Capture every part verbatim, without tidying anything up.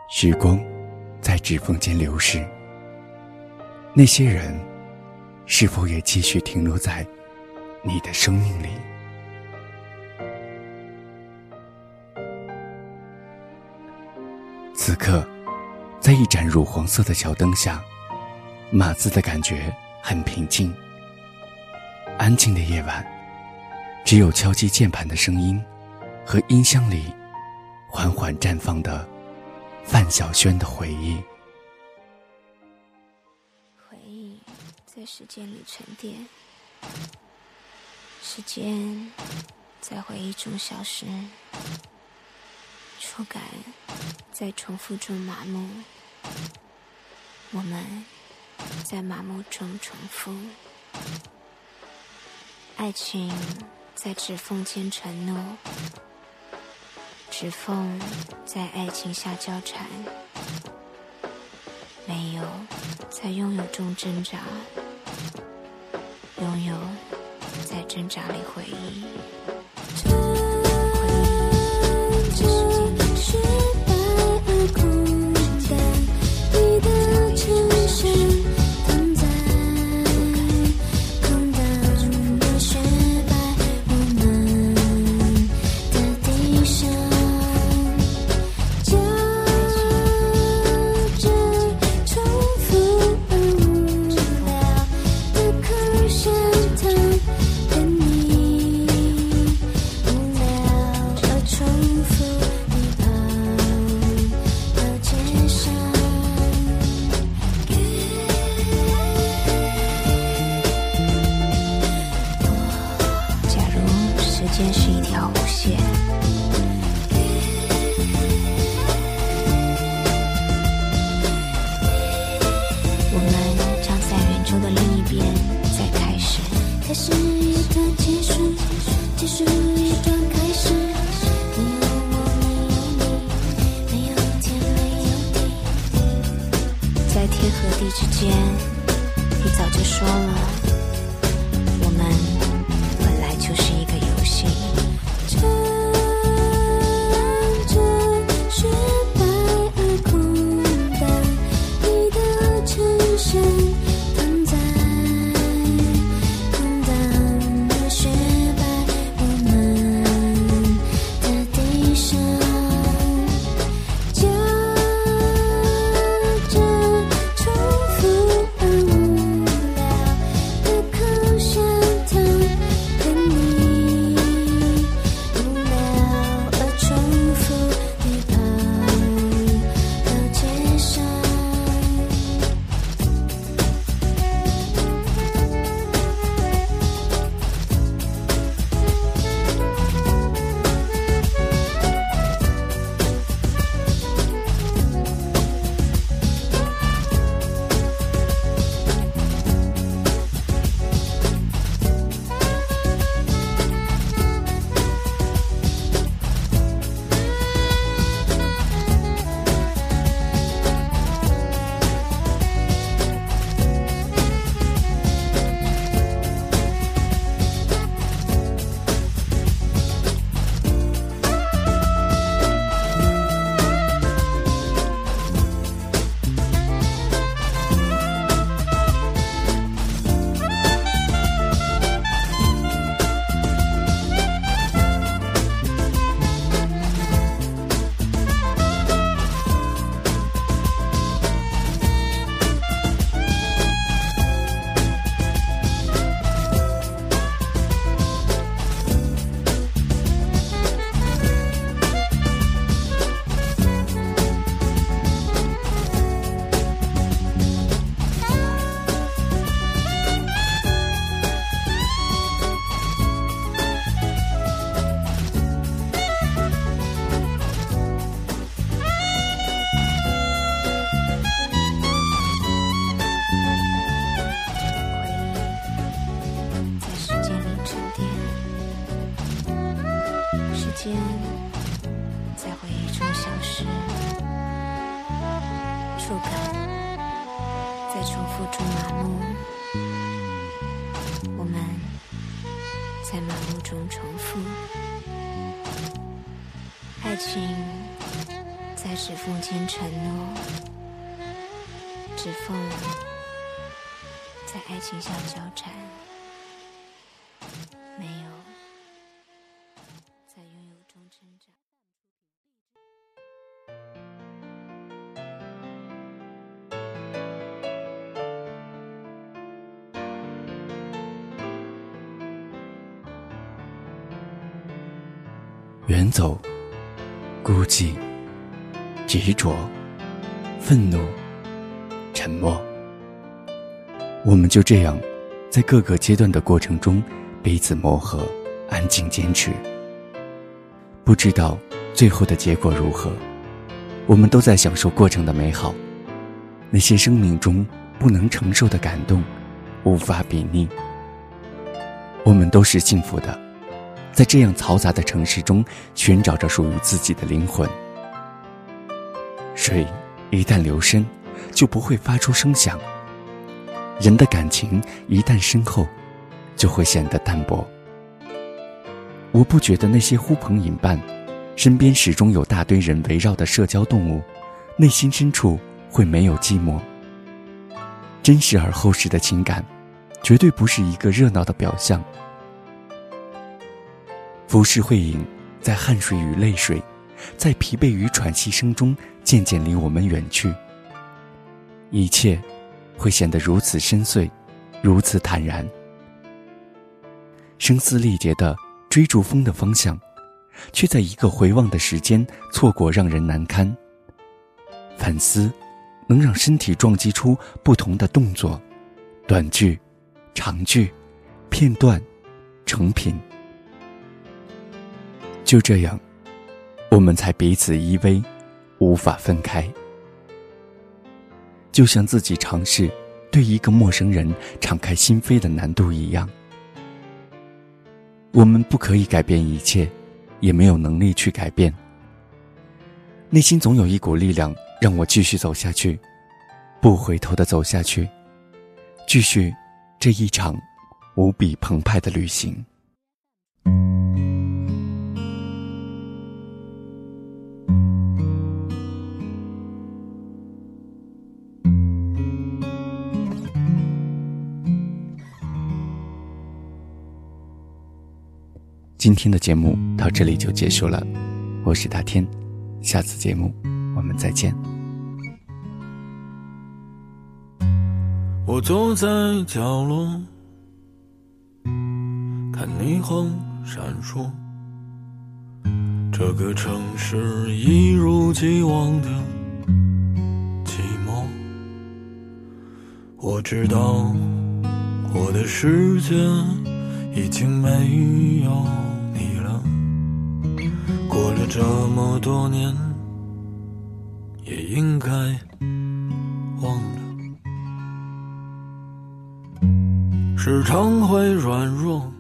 时光在指缝间流逝，那些人是否也继续停留在你的生命里？此刻，在一盏乳黄色的小灯下，马自的感觉很平静。安静的夜晚，只有敲击键盘的声音和音箱里缓缓绽放的范晓萱的回忆。 回忆在时间里沉淀，时间在回忆中消失，触感在重复中麻木，我们在麻木中重复，爱情在指缝间承诺，指缝在爱情下交缠，没有在拥有中挣扎，拥有在挣扎里回忆。时间是一条弧线，我们将在圆周的另一边再开始。开始一段结束，结束一段开始。没有我，没有你，没有天，没有地。在天和地之间，你早就说了，我们本来就是一个游戏。乘着雪白而空荡，你的衬衫躺在空荡的雪白我们的地上，夹着重复而无聊的口香糖，跟你无聊而重复地跑到街上。时间在回忆中消失，触感在重复中麻木，我们在麻木中重复，爱情在指缝间承诺，指缝在爱情下交缠，没有在拥有中挣扎。 远走，孤寂，执着，愤怒，沉默。我们就这样在各个阶段的过程中彼此磨合，安静坚持。不知道最后的结果如何，我们都在享受过程的美好。那些生命中不能承受的感动，无法比拟。我们都是幸福的，在这样嘈杂的城市中寻找着属于自己的灵魂。水一旦流深，就不会发出声响。人的感情一旦深厚，就会显得淡薄。我不觉得那些呼朋引伴，身边始终有大堆人围绕的社交动物，内心深处会没有寂寞。真实而厚实的情感，绝对不是一个热闹的表象。浮世慧影，在汗水与泪水，在疲惫与喘息声中渐渐离我们远去。一切会显得如此深邃，如此坦然。声嘶力竭地追逐风的方向，却在一个回望的时间错过，让人难堪。反思能让身体撞击出不同的动作，短句、长句、片段、成品。就这样，我们才彼此依偎，无法分开。就像自己尝试对一个陌生人敞开心扉的难度一样。我们不可以改变一切，也没有能力去改变。内心总有一股力量让我继续走下去，不回头地走下去，继续这一场无比澎湃的旅行。今天的节目到这里就结束了，我是大天，下次节目我们再见。 我坐在角落，看霓虹闪烁，这个城市一如既往的寂寞。我知道我的世界已经没有你了，过了这么多年，也应该忘了。时常会软弱，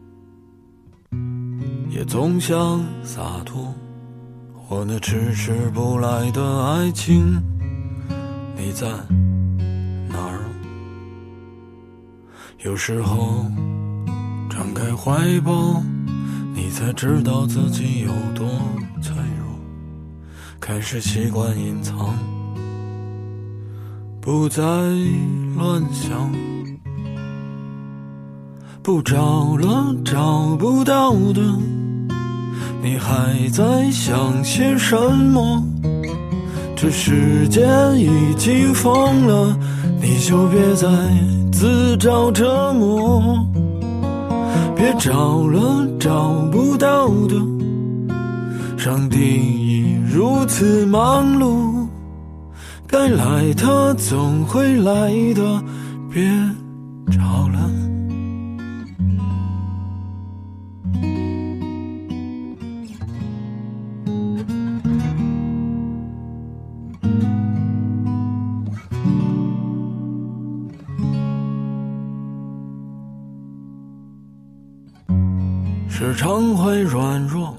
也总想洒脱。我那迟迟不来的爱情，你在哪儿？有时候张开怀抱，你才知道自己有多脆弱。开始习惯隐藏，不再乱想，不找了找不到的，你还在想些什么？这世界已经疯了，你就别再自找折磨。别找了找不到的，上帝已如此忙碌，该来的总会来的，别找了。时常会软弱，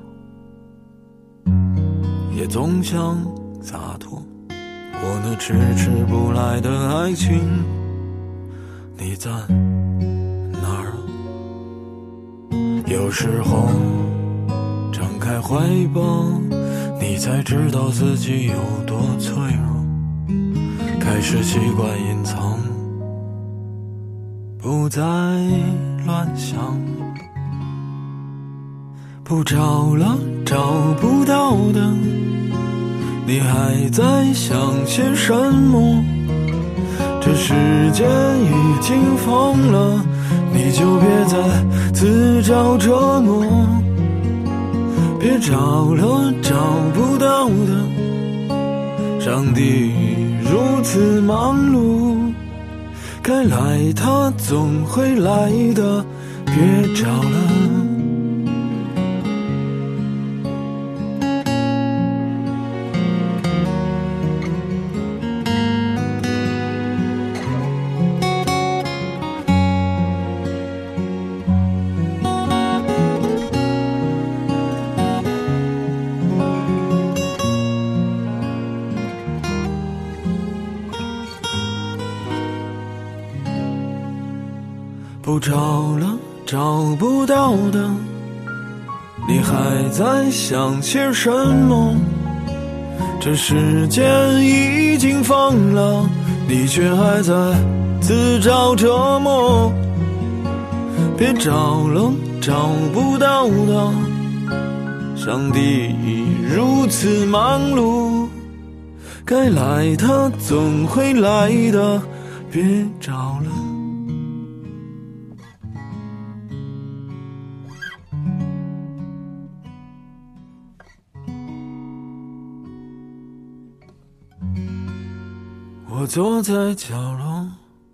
也总想洒脱。我那迟迟不来的爱情，你在哪儿？有时候张开怀抱， 你才知道自己有多脆弱，开始习惯隐藏，不再乱想，不找了找不到的，你还在想些什么？这世界已经疯了，你就别再自找折磨，别找了找不到的，上帝如此忙碌，该来他总会来的，别找了。不找了找不到的，你还在想些什么？这世界已经疯了，你却还在自找折磨，别找了找不到的，上帝已如此忙碌，该来他总会来的，别找了。我坐在角落，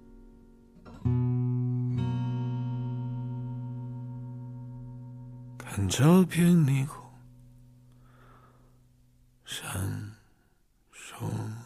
看这片霓虹闪烁。